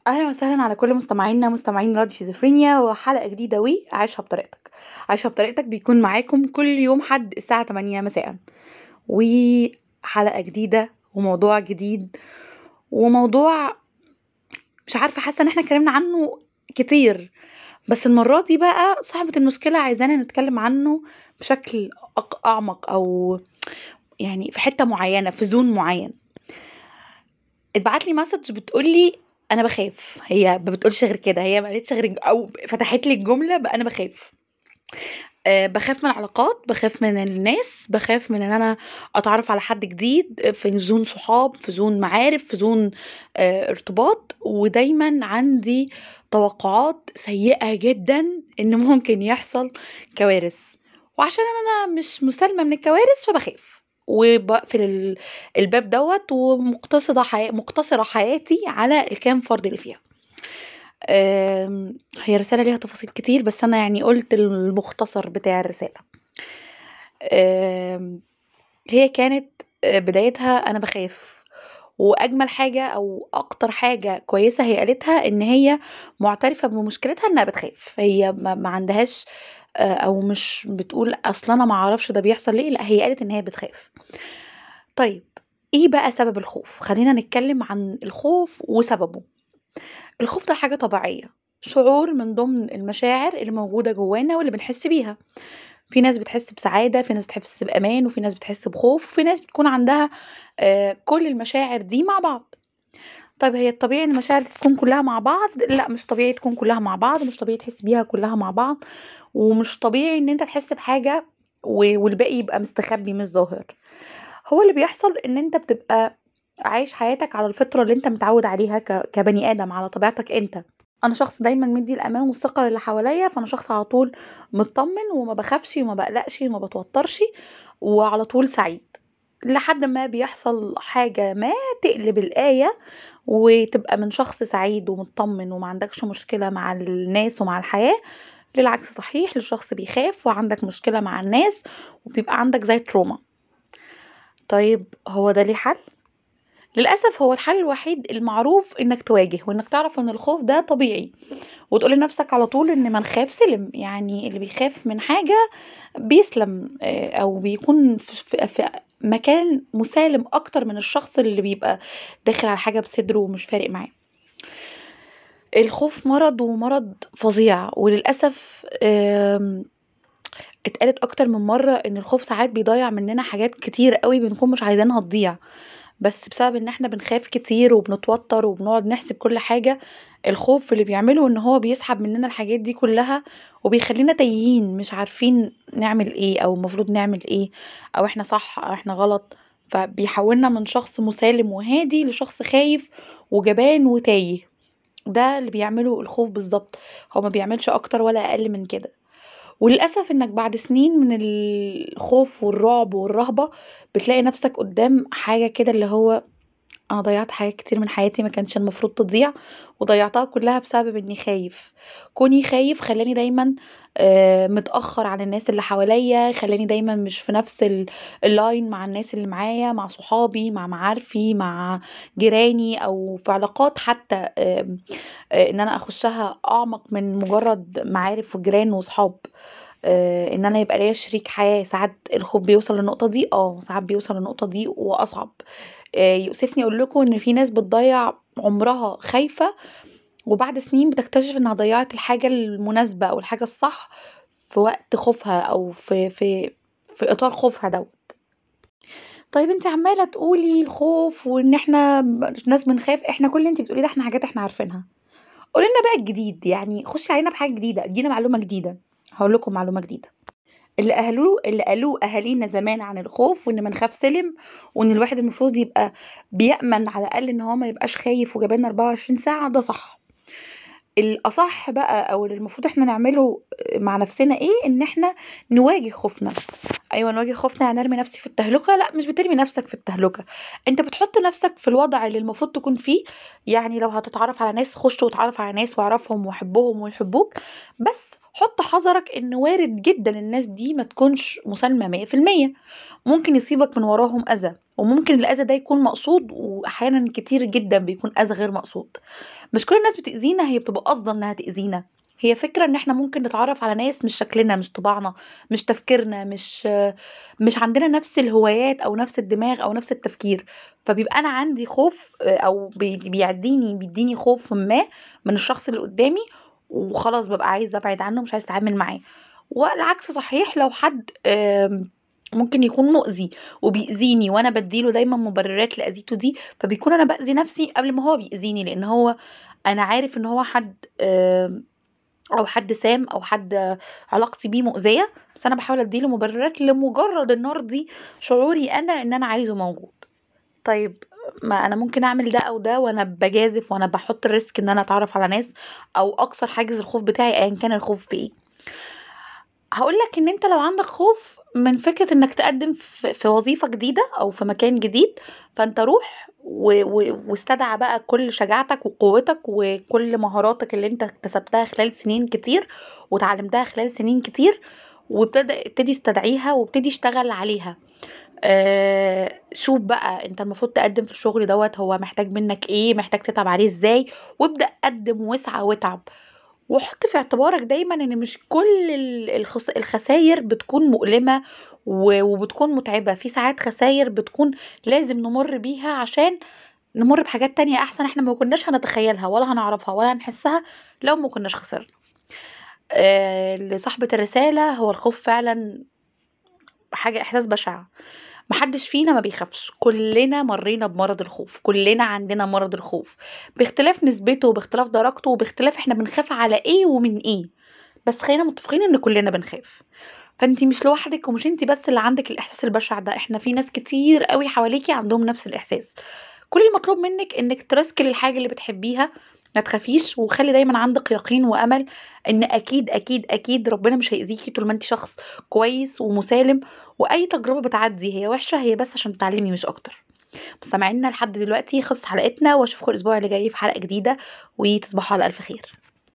اهلا وسهلا على كل مستمعينا مستمعين راديو شيزوفرينيا وحلقه جديده عايشها بطريقتك. عايشها بطريقتك بيكون معاكم كل يوم حد الساعه 8 مساء، وحلقه جديده وموضوع جديد، وموضوع مش عارفه، حاسه ان احنا اتكلمنا عنه كتير، بس المره دي بقى صاحبه المشكله عايزانا نتكلم عنه بشكل اعمق، او يعني في حته معينه، في زون معين. اتبعت لي مسج بتقول لي انا بخاف. هي ما بتقولش غير كده، هي ما قالتش غير او فتحت لي الجمله بقى انا بخاف. بخاف من العلاقات، بخاف من الناس، بخاف من ان انا اتعرف على حد جديد في زون صحاب، في زون معارف، في زون ارتباط، ودايما عندي توقعات سيئة جدا ان ممكن يحصل كوارث، وعشان انا مش مسالمة من الكوارث فبخاف وبقفل الباب دوت، مقتصرة حياتي على الكام فرد اللي فيها. هي رسالة ليها تفاصيل كتير، بس أنا يعني قُلت المختصر بتاع الرسالة. هي كانت بدايتها أنا باخاف، وأجمل حاجة أو أكتر حاجة كويسة هي قالتها إن هي مُعترفة بمشكلتها إنها بتخاف، هي ما عندهاش أو مش بتقول أصل أنا ما أعرفش ده بيحصل ليه، لأ هي قالت إن هي بتخاف. طيب إيه بقى سبب الخوف؟ خلّينا نتكلم عن الخوف وسببه. الخوف ده حاجة طبيعية، شعور من ضمن المشاعر اللي موجودة جوانا واللي بنحس بيها. في ناس بتحس بسعادة، في ناس بتحس بأمان، وفي ناس بتحس بخوف، وفي ناس بتكون عندها كل المشاعر دي مع بعض. طيب هي الطبيعي إن المشاعر دي تكون كلها مع بعض؟ لأ، مش طبيعي تكون كلها مع بعض، مش طبيعي تحس بيها كلها مع بعض، ومش طبيعي إن أنت تحس بحاجة والباقي يبقى مستخبي مش ظاهر. هو اللي بيحصل إن أنت بتبقى عايش حياتك على الفطرة اللي أنت متعود عليها كبني آدم، على طبيعتك أنت. أنا شخص دايمًا مدّي الأمان والثقة للي حواليّا، فأنا شخص على طول متطمن وما باخافش وما باقلقش وما باتوترش، وعلى طول سعيد، لحد ما بيحصل حاجة ما تقلب الآية، وتبقى من شخص سعيد ومتطمن وما عندكش مشكلة مع الناس ومع الحياة، للعكس صحيح، لشخص بيخاف وعندك مشكلة مع الناس، وبيبقى عندك زي تروما. طيب هو ده ليه حل؟ للأسف هو الحل الوحيد المعروف إنك تواجه، وإنك تعرف إن الخوف ده طبيعي، وتقول لنفسك على طول إن من خاف سلم، يعني اللي بيخاف من حاجة بيسلم، أو بيكون في مكان مسالم أكتر من الشخص اللي بيبقى داخل على حاجة بصدره ومش فارق معاه. الخوف مرض ومرض فظيع، وللأسف اتقالت أكتر من مرة إن الخوف ساعات بيضيّع مننا حاجات كتير أوي بنكون مش عايزينها تضيع، بس بسبب إن إحنا بنخاف كتير وبنتوتر وبنقعد نحسب كل حاجة، الخوف اللي بيعمله إن هو بيسحب مننا الحاجات دي كلها، وبيخلّينا تايهين مش عارفين نعمل إيه، أو المفروض نعمل إيه، أو إحنا صح أو إحنا غلط، فبيحوّلنا من شخص مسالم وهادي لشخص خايف وجبان وتايه. ده اللي بيعمله الخوف بالضبط، هو ما بيعملش أكتر ولا أقل من كده. وللأسف إنك بعد سنين من الخوف والرعب والرهبة بتلاقي نفسك قدام حاجة كده، اللي هو أنا ضيّعت حاجات كتير من حياتي ما كانش المفروض تضيع، وضيّعتها كلّها بسبب إني خايف. كوني خايف خلّاني دايمًا متأخّر عن الناس اللي حواليّا، خلّاني دايمًا مش في نفس الline مع الناس اللي معايا، مع صحابي، مع معارفي، مع جيراني، أو في علاقات حتى إن أنا أخشّها أعمق من مجرد معارف وجيران وصحاب. إن أنا يبقى ليّا شريك حياة، ساعات الخوف بيوصل للنقطة دي، ساعات بيوصل للنقطة دي وأصعب. يؤسفني أقول لكم إن في ناس بتضيّع عمرها خايفة، وبعد سنين بتكتشف إنها ضيّعت الحاجة المناسبة أو الحاجة الصح في وقت خوفها، أو في إطار خوفها دوّة. طيب أنتِ عمّالة تقولي الخوف وإن إحنا ناس بنخاف، إحنا كل اللي أنتِ بتقوليه ده إحنا حاجات إحنا عارفينها. قولي لنا بقى الجديد، يعني خُشّي علينا بحاجة جديدة، ادّينا معلومة جديدة. هاقول لكم معلومة جديدة. اللي قالوه أهالينا زمان عن الخوف، وإن من خاف سِلِم، وإن الواحد المفروض يبقى بيأمَن على الأقل إن هو ما يبقاش خايف وجبان 24 ساعة، ده صح. الأصح بقى أو اللي المفروض إحنا نعمله مع نفسنا إيه، إن إحنا نواجه خوفنا. أيوه نواجه خوفنا، يعني أرمي نفسي في التهلكة؟ لأ، مش بترمي نفسك في التهلكة، أنت بتحُط نفسك في الوضع اللي المفروض تكون فيه. يعني لو هتتعرّف على ناس، خُش واتعرّف على ناس واعرفهم وحبّهم ويحبوك، بس حط حذرك ان وارد جدا الناس دي ما تكونش مسالمة 100%. ممكن يصيبك من وراهم اذى، وممكن الاذى ده يكون مقصود، واحيانا كتير جدا بيكون اذى غير مقصود. مش كل الناس بتأذينا هي بتبقى قاصده انها تأذينا. هي فكرة ان احنا ممكن نتعرف على ناس مش شكلنا، مش طباعنا، مش تفكيرنا، مش عندنا نفس الهوايات او نفس الدماغ او نفس التفكير. فبيبقى انا عندي خوف، او بيديني خوف ما من الشخص اللي قدامي، وخلاص ببقى عايزه ابعد عنه، مش عايزه اتعامل معاه. والعكس صحيح، لو حد ممكن يكون مؤذي وبيأذيني وانا بديله دايما مبررات لأذيته دي، فبيكون انا بأذي نفسي قبل ما هو بيأذيني، لان هو انا عارف ان هو حد او حد سام، او حد علاقتي بيه مؤذية، بس انا بحاول اديله مبررات لمجرد ان ارضي شعوري انا ان انا عايزه موجود. طيب، ما انا ممكن اعمل ده او ده، وانا بجازف وانا بحط الريسك ان انا اتعرف على ناس، او اكسر حاجز الخوف بتاعي ايا كان الخوف في ايه. هقولك ان انت لو عندك خوف من فكرة انك تقدم في وظيفة جديدة او في مكان جديد، فانت روح واستدعى بقى كل شجاعتك وقوتك وكل مهاراتك اللي انت اكتسبتها خلال سنين كتير وتعلمتها خلال سنين كتير، ابتدي استدعيها وابتدي اشتغل عليها. شوف بقى انت المفروض تقدم في الشغل دوت هو محتاج منك ايه، محتاج تتعب عليه ازاي، وابدأ قدم واسعى واتعب. وحط في اعتبارك دايما ان مش كل الخساير بتكون مؤلمة وبتكون متعبة. في ساعات خساير بتكون لازم نمر بيها عشان نمر بحاجات تانية احسن احنا ما كناش هنتخيلها ولا هنعرفها ولا هنحسها لو ما كناش خسرنا. لصاحبة الرسالة، هو الخوف فعلا حاجة احساس بشع. محدش فينا ما بيخافش، كلنا مرينا بمرض الخوف، كلنا عندنا مرض الخوف باختلاف نسبته وباختلاف درجته وباختلاف احنا بنخاف على ايه ومن ايه. بس خلينا متفقين ان كلنا بنخاف. فانتي مش لوحدك، ومش انتي بس اللي عندك الاحساس البشع ده، احنا في ناس كتير قوي حواليكي عندهم نفس الاحساس. كل المطلوب منك انك ترسكي للحاجة اللي بتحبيها، ما تخافيش، وخلي دايما عندك يقين وامل ان اكيد اكيد اكيد ربنا مش هيأذيكي طول ما انت شخص كويس ومسالم. واي تجربة بتعدي هي وحشة، هي بس عشان تتعلمي مش اكتر. مستمعينا لحد دلوقتي خلصت حلقتنا، واشوفكم الاسبوع اللي جاي في حلقة جديدة، وتصبحوا على الف خير.